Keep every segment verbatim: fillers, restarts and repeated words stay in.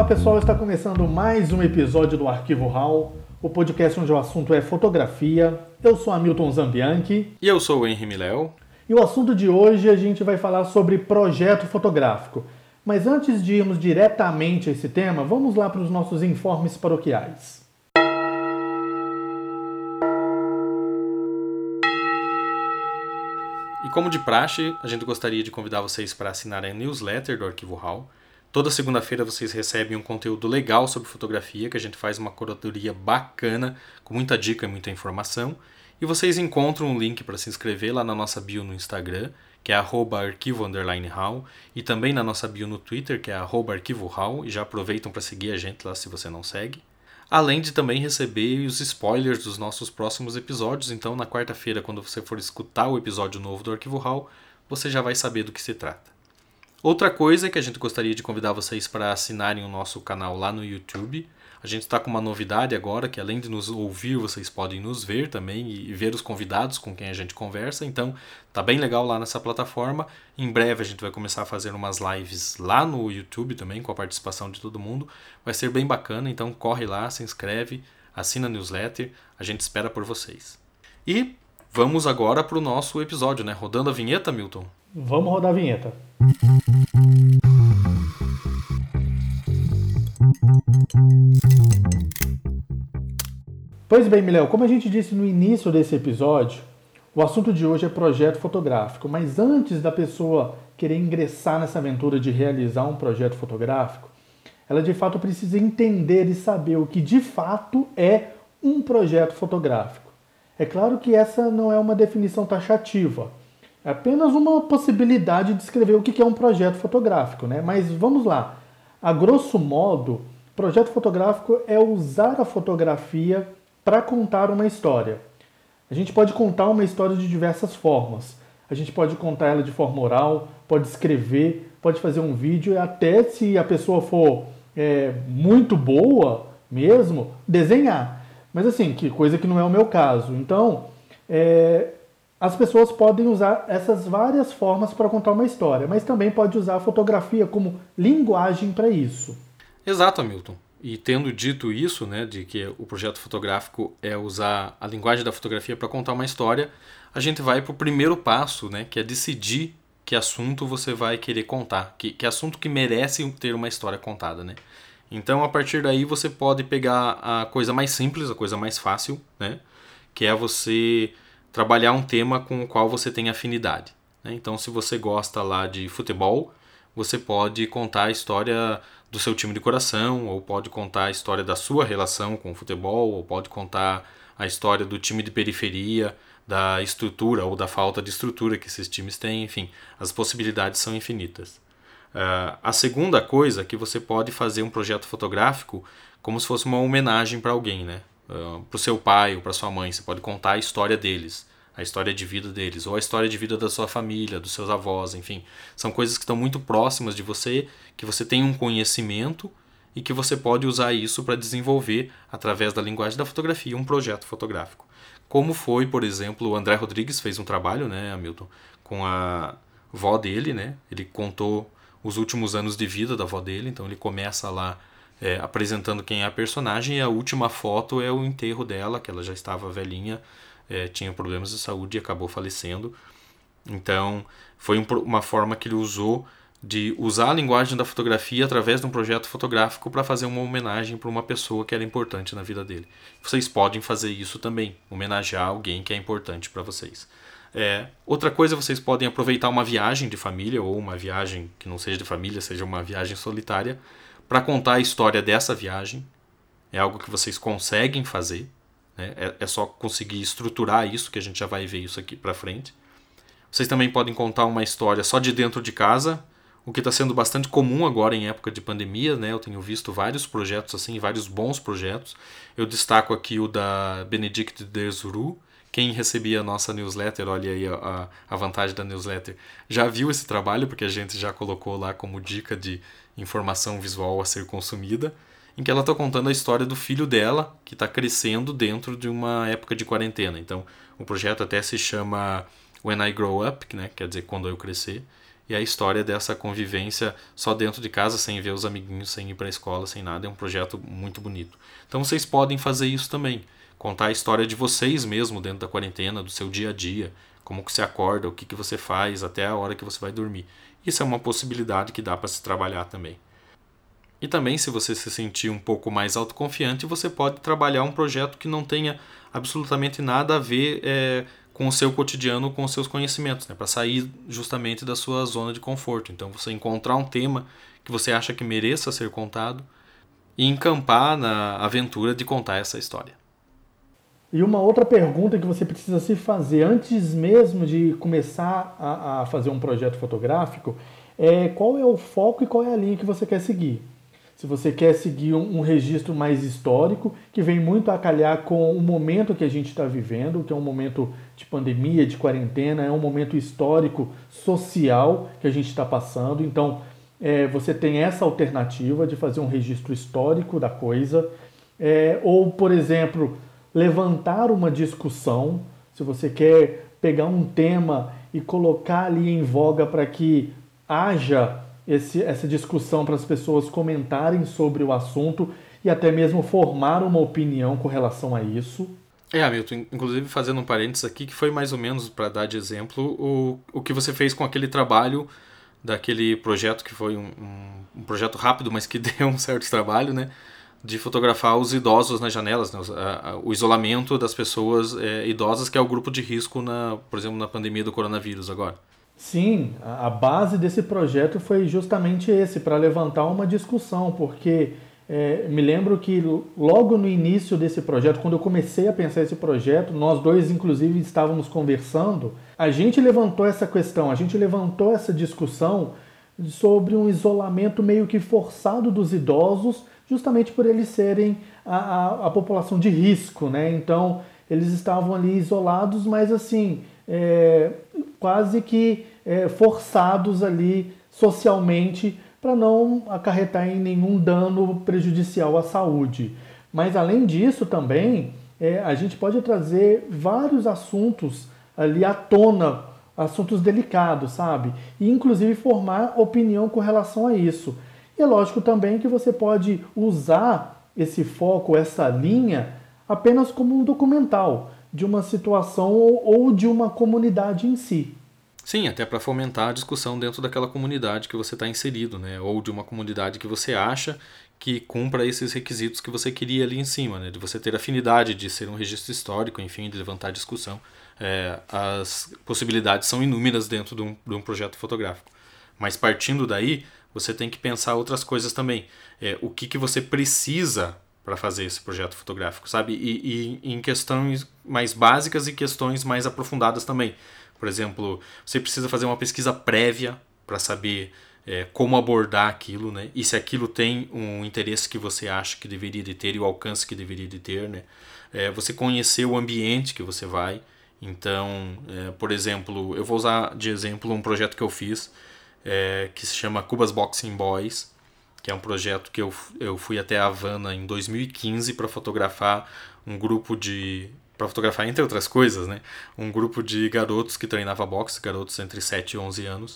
pessoal, está começando mais um episódio do Arquivo Hall, o podcast onde o assunto é fotografia. Eu sou Hamilton Zambianchi. E eu sou o Henry Miléo. E o assunto de hoje a gente vai falar sobre projeto fotográfico. Mas antes de irmos diretamente a esse tema, vamos lá para os nossos informes paroquiais. E como de praxe, a gente gostaria de convidar vocês para assinarem a newsletter do Arquivo Hall. Toda segunda-feira vocês recebem um conteúdo legal sobre fotografia, que a gente faz uma curadoria bacana, com muita dica e muita informação. E vocês encontram um link para se inscrever lá na nossa bio no Instagram, que é arroba arquivo underline hall, e também na nossa bio no Twitter, que é arroba arquivo hall, e já aproveitam para seguir a gente lá se você não segue. Além de também receber os spoilers dos nossos próximos episódios, então na quarta-feira, quando você for escutar o episódio novo do Arquivo Hall, você já vai saber do que se trata. Outra coisa é que a gente gostaria de convidar vocês para assinarem o nosso canal lá no YouTube. A gente está com uma novidade agora, que além de nos ouvir, vocês podem nos ver também e ver os convidados com quem a gente conversa. Então, tá bem legal lá nessa plataforma. Em breve a gente vai começar a fazer umas lives lá no YouTube também, com a participação de todo mundo. Vai ser bem bacana, então corre lá, se inscreve, assina a newsletter. A gente espera por vocês. E vamos agora para o nosso episódio, né? Rodando a vinheta, Milton? Vamos rodar a vinheta. Pois bem, Miléo, como a gente disse no início desse episódio, o assunto de hoje é projeto fotográfico, mas antes da pessoa querer ingressar nessa aventura de realizar um projeto fotográfico, ela de fato precisa entender e saber o que de fato é um projeto fotográfico. É claro que essa não é uma definição taxativa, é apenas uma possibilidade de descrever o que é um projeto fotográfico, né? Mas vamos lá, a grosso modo, projeto fotográfico é usar a fotografia para contar uma história. A gente pode contar uma história de diversas formas. A gente pode contar ela de forma oral, pode escrever, pode fazer um vídeo e até, se a pessoa for é, muito boa mesmo, desenhar. Mas assim, que coisa que não é o meu caso. Então, é, as pessoas podem usar essas várias formas para contar uma história, mas também pode usar a fotografia como linguagem para isso. Exato, Hamilton. E tendo dito isso, né, de que o projeto fotográfico é usar a linguagem da fotografia para contar uma história, a gente vai para o primeiro passo, né, que é decidir que assunto você vai querer contar, que, que assunto que merece ter uma história contada, né? Então, a partir daí, você pode pegar a coisa mais simples, a coisa mais fácil, né, que é você trabalhar um tema com o qual você tem afinidade, né? Então, se você gosta lá de futebol, você pode contar a história do seu time de coração, ou pode contar a história da sua relação com o futebol, ou pode contar a história do time de periferia, da estrutura ou da falta de estrutura que esses times têm, enfim, as possibilidades são infinitas. Uh, a segunda coisa é que você pode fazer um projeto fotográfico como se fosse uma homenagem para alguém, né? Uh, para o seu pai ou para sua mãe, você pode contar a história deles, a história de vida deles, ou a história de vida da sua família, dos seus avós, enfim. São coisas que estão muito próximas de você, que você tem um conhecimento e que você pode usar isso para desenvolver, através da linguagem da fotografia, um projeto fotográfico. Como foi, por exemplo, o André Rodrigues fez um trabalho, né, Hamilton, com a avó dele, né? Ele contou os últimos anos de vida da avó dele, então ele começa lá é, apresentando quem é a personagem, e a última foto é o enterro dela, que ela já estava velhinha, É, tinha problemas de saúde e acabou falecendo. Então, foi um, uma forma que ele usou de usar a linguagem da fotografia através de um projeto fotográfico para fazer uma homenagem para uma pessoa que era importante na vida dele. Vocês podem fazer isso também, homenagear alguém que é importante para vocês. É, outra coisa, vocês podem aproveitar uma viagem de família, ou uma viagem que não seja de família, seja uma viagem solitária, para contar a história dessa viagem. É algo que vocês conseguem fazer. É, é só conseguir estruturar isso, que a gente já vai ver isso aqui pra frente. Vocês também podem contar uma história só de dentro de casa, o que está sendo bastante comum agora em época de pandemia, né? Eu tenho visto vários projetos assim, vários bons projetos. Eu destaco aqui o da Benedict Desru. Quem recebia a nossa newsletter, olha aí a, a vantagem da newsletter, já viu esse trabalho, porque a gente já colocou lá como dica de informação visual a ser consumida, em que ela está contando a história do filho dela, que está crescendo dentro de uma época de quarentena. Então, o projeto até se chama When I Grow Up, né? Quer dizer, quando eu crescer. e a história dessa convivência só dentro de casa, sem ver os amiguinhos, sem ir para a escola, sem nada. É um projeto muito bonito. Então vocês podem fazer isso também. Contar a história de vocês mesmo dentro da quarentena, do seu dia a dia, como que você acorda, o que, que você faz até a hora que você vai dormir. Isso é uma possibilidade que dá para se trabalhar também. E também, se você se sentir um pouco mais autoconfiante, você pode trabalhar um projeto que não tenha absolutamente nada a ver é, com o seu cotidiano, com os seus conhecimentos, né? Para sair justamente da sua zona de conforto. Então, você encontrar um tema que você acha que mereça ser contado e encampar na aventura de contar essa história. E uma outra pergunta que você precisa se fazer antes mesmo de começar a, a fazer um projeto fotográfico é qual é o foco e qual é a linha que você quer seguir. Se você quer seguir um, um registro mais histórico, que vem muito a calhar com o momento que a gente está vivendo, que é um momento de pandemia, de quarentena, é um momento histórico, social que a gente está passando. Então, é, você tem essa alternativa de fazer um registro histórico da coisa. É, ou, por exemplo, levantar uma discussão. Se você quer pegar um tema e colocar ali em voga para que haja Esse, essa discussão para as pessoas comentarem sobre o assunto e até mesmo formar uma opinião com relação a isso. É, Hamilton, inclusive fazendo um parênteses aqui, que foi mais ou menos, para dar de exemplo, o, o que você fez com aquele trabalho daquele projeto que foi um, um, um projeto rápido, mas que deu um certo trabalho, né? De fotografar os idosos nas janelas, né, o, o isolamento das pessoas é, idosas, que é o grupo de risco, na, por exemplo, na pandemia do coronavírus agora. Sim, a base desse projeto foi justamente esse, para levantar uma discussão, porque é, me lembro que logo no início desse projeto, quando eu comecei a pensar esse projeto, nós dois inclusive estávamos conversando, a gente levantou essa questão, a gente levantou essa discussão sobre um isolamento meio que forçado dos idosos, justamente por eles serem a, a, a população de risco, né? Então, eles estavam ali isolados, mas assim, é, quase que é, forçados ali socialmente para não acarretar em nenhum dano prejudicial à saúde. Mas além disso também, é, a gente pode trazer vários assuntos ali à tona, assuntos delicados, sabe? E inclusive formar opinião com relação a isso. E é lógico também que você pode usar esse foco, essa linha, apenas como um documental de uma situação ou de uma comunidade em si. Sim, até para fomentar a discussão dentro daquela comunidade que você está inserido, né? Ou de uma comunidade que você acha que cumpra esses requisitos que você queria ali em cima, né? De você ter afinidade de ser um registro histórico, enfim, de levantar discussão. É, as possibilidades são inúmeras dentro de um, de um projeto fotográfico. Mas partindo daí, você tem que pensar outras coisas também. É, o que, que você precisa para fazer esse projeto fotográfico, sabe? E, e em questões mais básicas e questões mais aprofundadas também. Por exemplo, você precisa fazer uma pesquisa prévia para saber é, como abordar aquilo, né? E se aquilo tem um interesse que você acha que deveria de ter e o alcance que deveria de ter, né? É, você conhecer o ambiente que você vai. Então, é, por exemplo, eu vou usar de exemplo um projeto que eu fiz é, que se chama Cubas Boxing Boys, que é um projeto que eu, eu fui até a Havana em dois mil e quinze para fotografar um grupo de... para fotografar, entre outras coisas, né? Um grupo de garotos que treinava boxe, garotos entre sete e onze anos.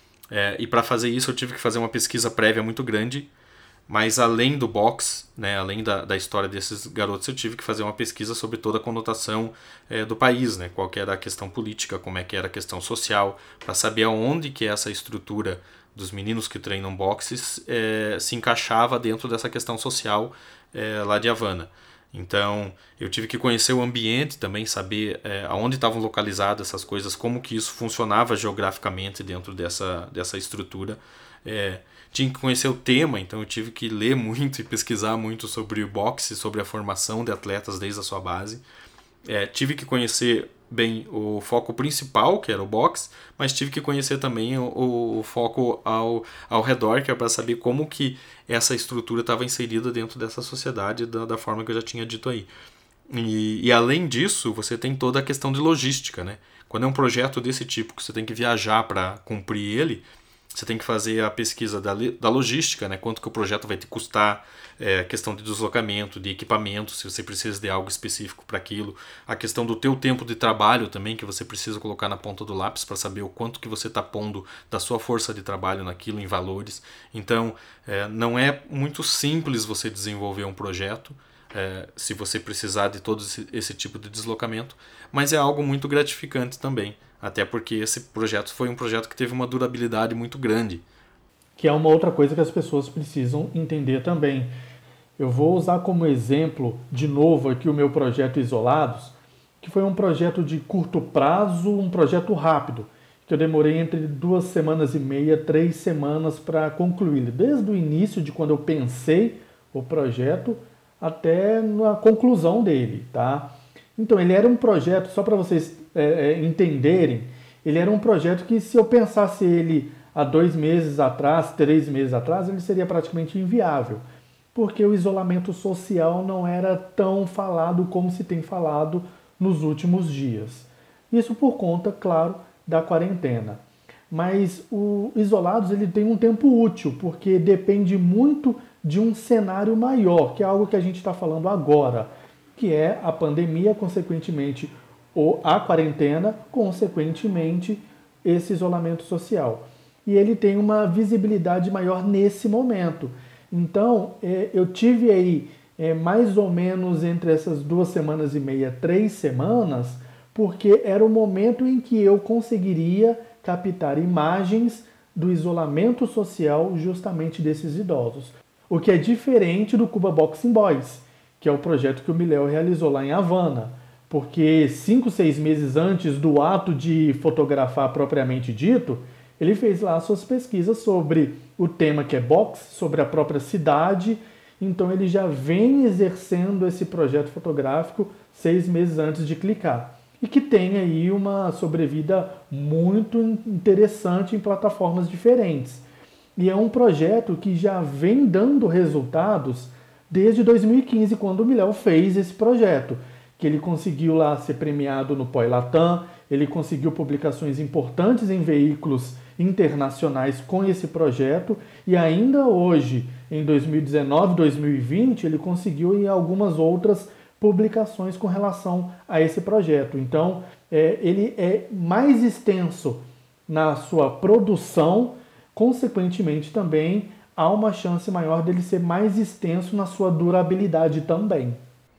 É, e para fazer isso eu tive que fazer uma pesquisa prévia muito grande, mas além do boxe, né, além da, da história desses garotos, eu tive que fazer uma pesquisa sobre toda a conotação é, do país, né? Qual que era a questão política, como é que era a questão social, para saber aonde que essa estrutura dos meninos que treinam boxe é, se encaixava dentro dessa questão social é, lá de Havana. Então, eu tive que conhecer o ambiente também, saber é, aonde estavam localizadas essas coisas, como que isso funcionava geograficamente dentro dessa, dessa estrutura. É, tinha que conhecer o tema, então eu tive que ler muito e pesquisar muito sobre o boxe, sobre a formação de atletas desde a sua base. É, tive que conhecer bem o foco principal, que era o boxe, mas tive que conhecer também o, o foco ao, ao redor, que é para saber como que essa estrutura estava inserida dentro dessa sociedade da, da forma que eu já tinha dito aí. E, e além disso, você tem toda a questão de logística, né? Quando é um projeto desse tipo, que você tem que viajar para cumprir ele, Você tem que fazer a pesquisa da, da logística, né? Quanto que o projeto vai te custar, é, questão de deslocamento, de equipamento, se você precisa de algo específico para aquilo, a questão do teu tempo de trabalho também, que você precisa colocar na ponta do lápis para saber o quanto que você está pondo da sua força de trabalho naquilo em valores. Então, é, não é muito simples você desenvolver um projeto, é, se você precisar de todo esse, esse tipo de deslocamento, mas é algo muito gratificante também. Até porque esse projeto foi um projeto que teve uma durabilidade muito grande. Que é uma outra coisa que as pessoas precisam entender também. Eu vou usar como exemplo, de novo, aqui o meu projeto Isolados, que foi um projeto de curto prazo, um projeto rápido, que eu demorei entre duas semanas e meia, três semanas para concluí-lo. Desde o início de quando eu pensei o projeto até na conclusão dele, tá? Então, ele era um projeto, só para vocês é, entenderem, ele era um projeto que, se eu pensasse ele há dois meses atrás, três meses atrás, ele seria praticamente inviável, porque o isolamento social não era tão falado como se tem falado nos últimos dias. Isso por conta, claro, da quarentena. Mas o Isolados ele tem um tempo útil, porque depende muito de um cenário maior, que é algo que a gente está falando agora, que é a pandemia, consequentemente, ou a quarentena, consequentemente, esse isolamento social. E ele tem uma visibilidade maior nesse momento. Então, eu tive aí mais ou menos entre essas duas semanas e meia, três semanas, porque era o momento em que eu conseguiria captar imagens do isolamento social justamente desses idosos. O que é diferente do Cuba Boxing Boys, que é o projeto que o Miléo realizou lá em Havana, porque cinco, seis meses antes do ato de fotografar propriamente dito, ele fez lá suas pesquisas sobre o tema que é boxe, sobre a própria cidade, então ele já vem exercendo esse projeto fotográfico seis meses antes de clicar. E que tem aí uma sobrevida muito interessante em plataformas diferentes. E é um projeto que já vem dando resultados desde dois mil e quinze, quando o Miléo fez esse projeto, que ele conseguiu lá ser premiado no P O I Latam, ele conseguiu publicações importantes em veículos internacionais com esse projeto, e ainda hoje, em dois mil e dezenove, dois mil e vinte, ele conseguiu em algumas outras publicações com relação a esse projeto. Então, é, ele é mais extenso na sua produção, consequentemente também há uma chance maior dele ser mais extenso na sua durabilidade também.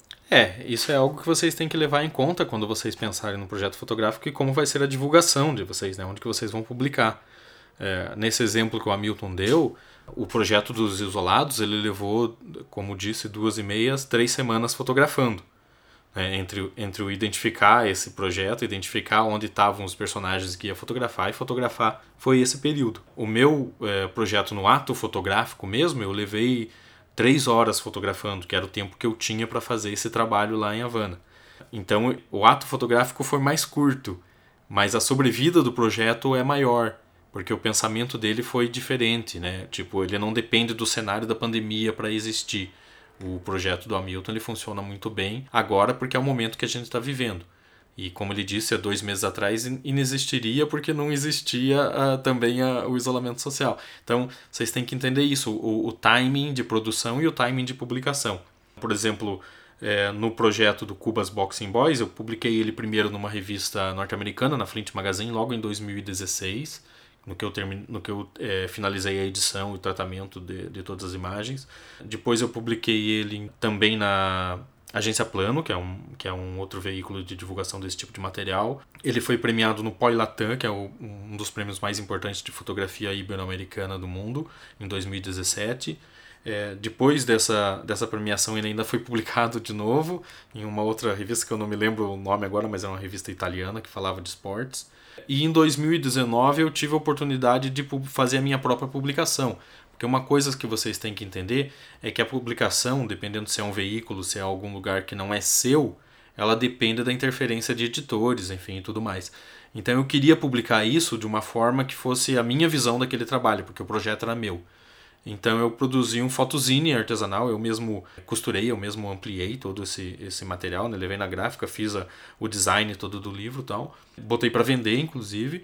É, isso é algo que vocês têm que levar em conta quando vocês pensarem no projeto fotográfico e como vai ser a divulgação de vocês, né? Onde que vocês vão publicar. É, nesse exemplo que o Hamilton deu, o projeto dos Isolados, ele levou, como disse, duas e meias, três semanas fotografando. Né? Entre, entre o identificar esse projeto, identificar onde estavam os personagens que ia fotografar e fotografar, foi esse período. O meu é, projeto no ato fotográfico mesmo, eu levei três horas fotografando, que era o tempo que eu tinha para fazer esse trabalho lá em Havana. Então o ato fotográfico foi mais curto, mas a sobrevida do projeto é maior, porque o pensamento dele foi diferente, né? Tipo, ele não depende do cenário da pandemia para existir. O projeto do Hamilton ele funciona muito bem agora porque é o momento que a gente está vivendo. E como ele disse, há dois meses atrás inexistiria porque não existia uh, também uh, o isolamento social. Então, vocês têm que entender isso, o, o timing de produção e o timing de publicação. Por exemplo, é, no projeto do Cubas Boxing Boys, eu publiquei ele primeiro numa revista norte-americana, na Flint Magazine, logo em dois mil e dezesseis, no que eu, termine, no que eu é, finalizei a edição e o tratamento de, de todas as imagens. Depois eu publiquei ele também na Agência Plano, que é, um, que é um outro veículo de divulgação desse tipo de material. Ele foi premiado no P O I Latam, que é o, um dos prêmios mais importantes de fotografia ibero-americana do mundo, em dois mil e dezessete. É, depois dessa, dessa premiação ele ainda foi publicado de novo em uma outra revista que eu não me lembro o nome agora, mas era uma revista italiana que falava de esportes. E em dois mil e dezenove eu tive a oportunidade de fazer a minha própria publicação. Porque uma coisa que vocês têm que entender é que a publicação, dependendo se é um veículo, se é algum lugar que não é seu, ela depende da interferência de editores, enfim, e tudo mais. Então eu queria publicar isso de uma forma que fosse a minha visão daquele trabalho, porque o projeto era meu. Então eu produzi um photozine artesanal, eu mesmo costurei, eu mesmo ampliei todo esse, esse material, né? Levei na gráfica, fiz a, o design todo do livro e tal. Botei para vender, inclusive.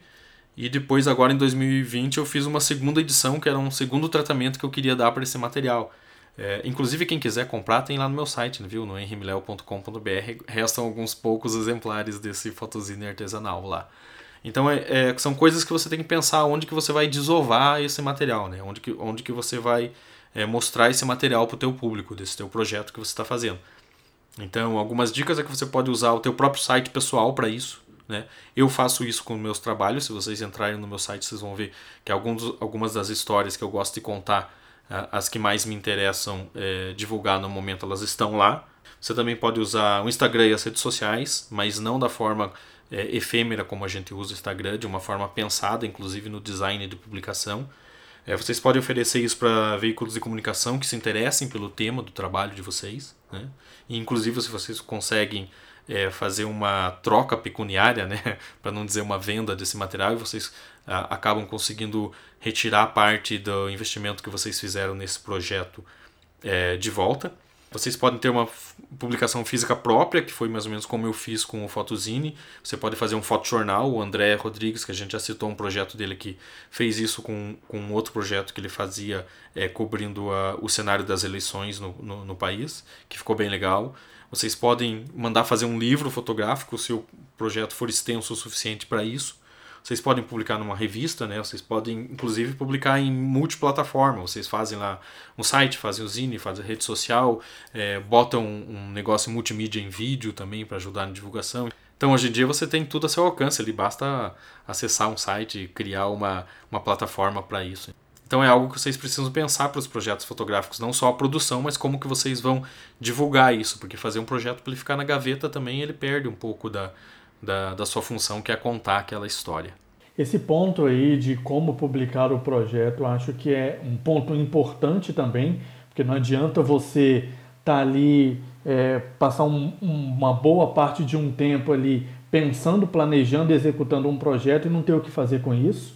E depois, agora em dois mil e vinte, eu fiz uma segunda edição, que era um segundo tratamento que eu queria dar para esse material. É, inclusive, quem quiser comprar, tem lá no meu site, viu? No henri milel ponto com ponto b r. Restam alguns poucos exemplares desse photozine artesanal lá. Então, é, é, são coisas que você tem que pensar onde que você vai desovar esse material, né? Onde que, onde que você vai é, mostrar esse material para o teu público, desse teu projeto que você está fazendo. Então, algumas dicas é que você pode usar o teu próprio site pessoal para isso. Né? Eu faço isso com meus trabalhos. Se vocês entrarem no meu site, vocês vão ver que alguns, algumas das histórias que eu gosto de contar, as que mais me interessam é, divulgar no momento, elas estão lá. Você também pode usar o Instagram e as redes sociais, mas não da forma é, efêmera como a gente usa o Instagram, de uma forma pensada, inclusive no design de publicação. É, vocês podem oferecer isso para veículos de comunicação que se interessem pelo tema do trabalho de vocês. Né? E, inclusive, se vocês conseguem É, fazer uma troca pecuniária, né, para não dizer uma venda desse material, e vocês a, acabam conseguindo retirar parte do investimento que vocês fizeram nesse projeto é, de volta. Vocês podem ter uma publicação física própria, que foi mais ou menos como eu fiz com o Photozine. Você pode fazer um fotojornal. O André Rodrigues, que a gente já citou um projeto dele que fez isso com, com um outro projeto que ele fazia é, cobrindo a, o cenário das eleições no, no, no país, que ficou bem legal. Vocês podem mandar fazer um livro fotográfico se o projeto for extenso o suficiente para isso. Vocês podem publicar numa revista, né? Vocês podem inclusive publicar em multiplataforma. Vocês fazem lá um site, fazem o zine, fazem rede social, é, botam um, um negócio multimídia em vídeo também para ajudar na divulgação. Então hoje em dia você tem tudo a seu alcance, ali basta acessar um site e criar uma, uma plataforma para isso. Então é algo que vocês precisam pensar para os projetos fotográficos, não só a produção, mas como que vocês vão divulgar isso, porque fazer um projeto para ele ficar na gaveta também, ele perde um pouco da, da, da sua função, que é contar aquela história. Esse ponto aí de como publicar o projeto, eu acho que é um ponto importante também, porque não adianta você estar tá ali, é, passar um, uma boa parte de um tempo ali pensando, planejando, executando um projeto e não ter o que fazer com isso,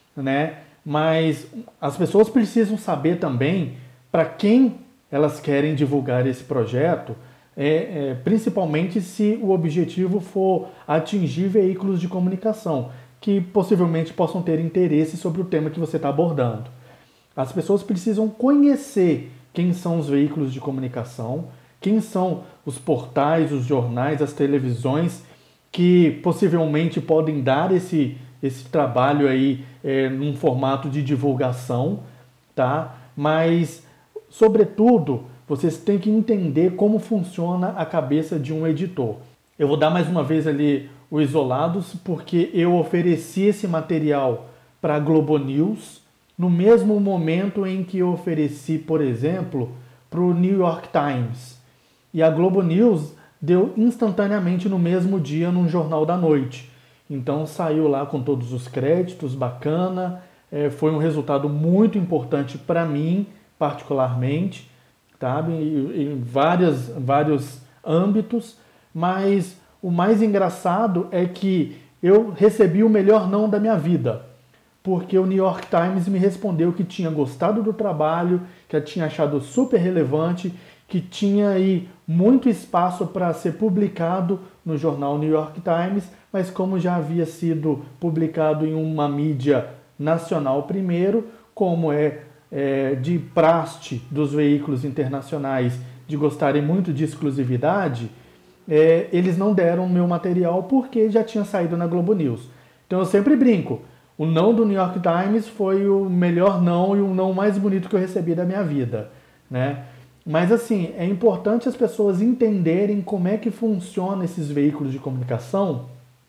né? Mas as pessoas precisam saber também para quem elas querem divulgar esse projeto, é, é, principalmente se o objetivo for atingir veículos de comunicação, que possivelmente possam ter interesse sobre o tema que você está abordando. As pessoas precisam conhecer quem são os veículos de comunicação, quem são os portais, os jornais, as televisões que possivelmente podem dar esse esse trabalho aí é, num formato de divulgação, tá? Mas, sobretudo, vocês têm que entender como funciona a cabeça de um editor. Eu vou dar mais uma vez ali o Isolados, porque eu ofereci esse material para a Globo News no mesmo momento em que eu ofereci, por exemplo, para o New York Times. E a Globo News deu instantaneamente no mesmo dia num jornal da noite. Então saiu lá com todos os créditos, bacana, é, foi um resultado muito importante para mim, particularmente, tá? em, em várias, vários âmbitos, mas o mais engraçado é que eu recebi o melhor não da minha vida, porque o New York Times me respondeu que tinha gostado do trabalho, que tinha achado super relevante, que tinha aí muito espaço para ser publicado no jornal New York Times, mas como já havia sido publicado em uma mídia nacional primeiro, como é, é de praste dos veículos internacionais de gostarem muito de exclusividade, é, eles não deram o meu material porque já tinha saído na Globo News. Então eu sempre brinco, o não do New York Times foi o melhor não e o não mais bonito que eu recebi da minha vida, né? Mas assim, é importante as pessoas entenderem como é que funciona esses veículos de comunicação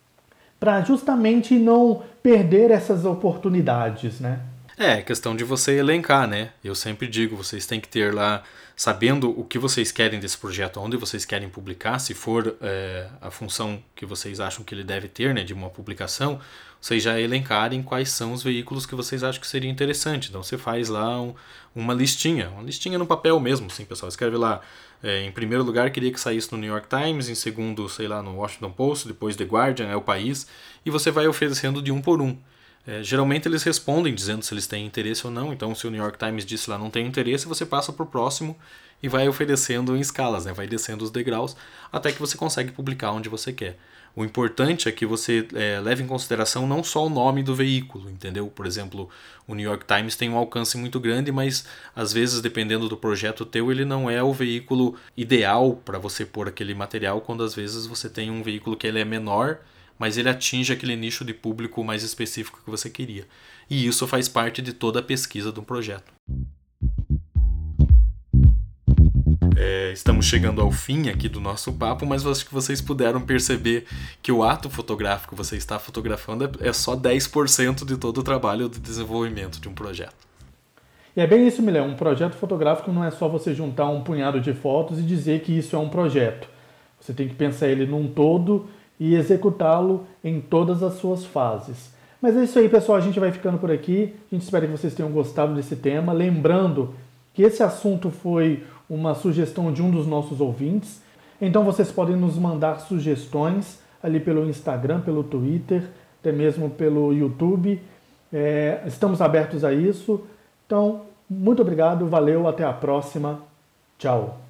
para justamente não perder essas oportunidades, né? É, questão de você elencar, né? Eu sempre digo, vocês têm que ter lá, sabendo o que vocês querem desse projeto, onde vocês querem publicar, se for é, a função que vocês acham que ele deve ter, né, de uma publicação, vocês já elencarem quais são os veículos que vocês acham que seria interessante. Então você faz lá um, uma listinha, uma listinha no papel mesmo, assim, pessoal. Escreve lá, é, em primeiro lugar queria que saísse no New York Times, em segundo, sei lá, no Washington Post, depois The Guardian, é o País, e você vai oferecendo de um por um. É, geralmente eles respondem dizendo se eles têm interesse ou não, então se o New York Times disse lá não tem interesse, você passa para o próximo e vai oferecendo em escalas, né? Vai descendo os degraus até que você consegue publicar onde você quer. O importante é que você é, leve em consideração não só o nome do veículo, entendeu? Por exemplo, o New York Times tem um alcance muito grande, mas às vezes, dependendo do projeto teu, ele não é o veículo ideal para você pôr aquele material, quando às vezes você tem um veículo que ele é menor, mas ele atinge aquele nicho de público mais específico que você queria. E isso faz parte de toda a pesquisa de um projeto. É, estamos chegando ao fim aqui do nosso papo, mas acho que vocês puderam perceber que o ato fotográfico que você está fotografando é só dez por cento de todo o trabalho de desenvolvimento de um projeto. E é bem isso, Milão. Um projeto fotográfico não é só você juntar um punhado de fotos e dizer que isso é um projeto. Você tem que pensar ele num todo e executá-lo em todas as suas fases. Mas é isso aí, pessoal. A gente vai ficando por aqui. A gente espera que vocês tenham gostado desse tema. Lembrando que esse assunto foi uma sugestão de um dos nossos ouvintes. Então vocês podem nos mandar sugestões ali pelo Instagram, pelo Twitter, até mesmo pelo YouTube. É, estamos abertos a isso. Então, muito obrigado, valeu, até a próxima. Tchau.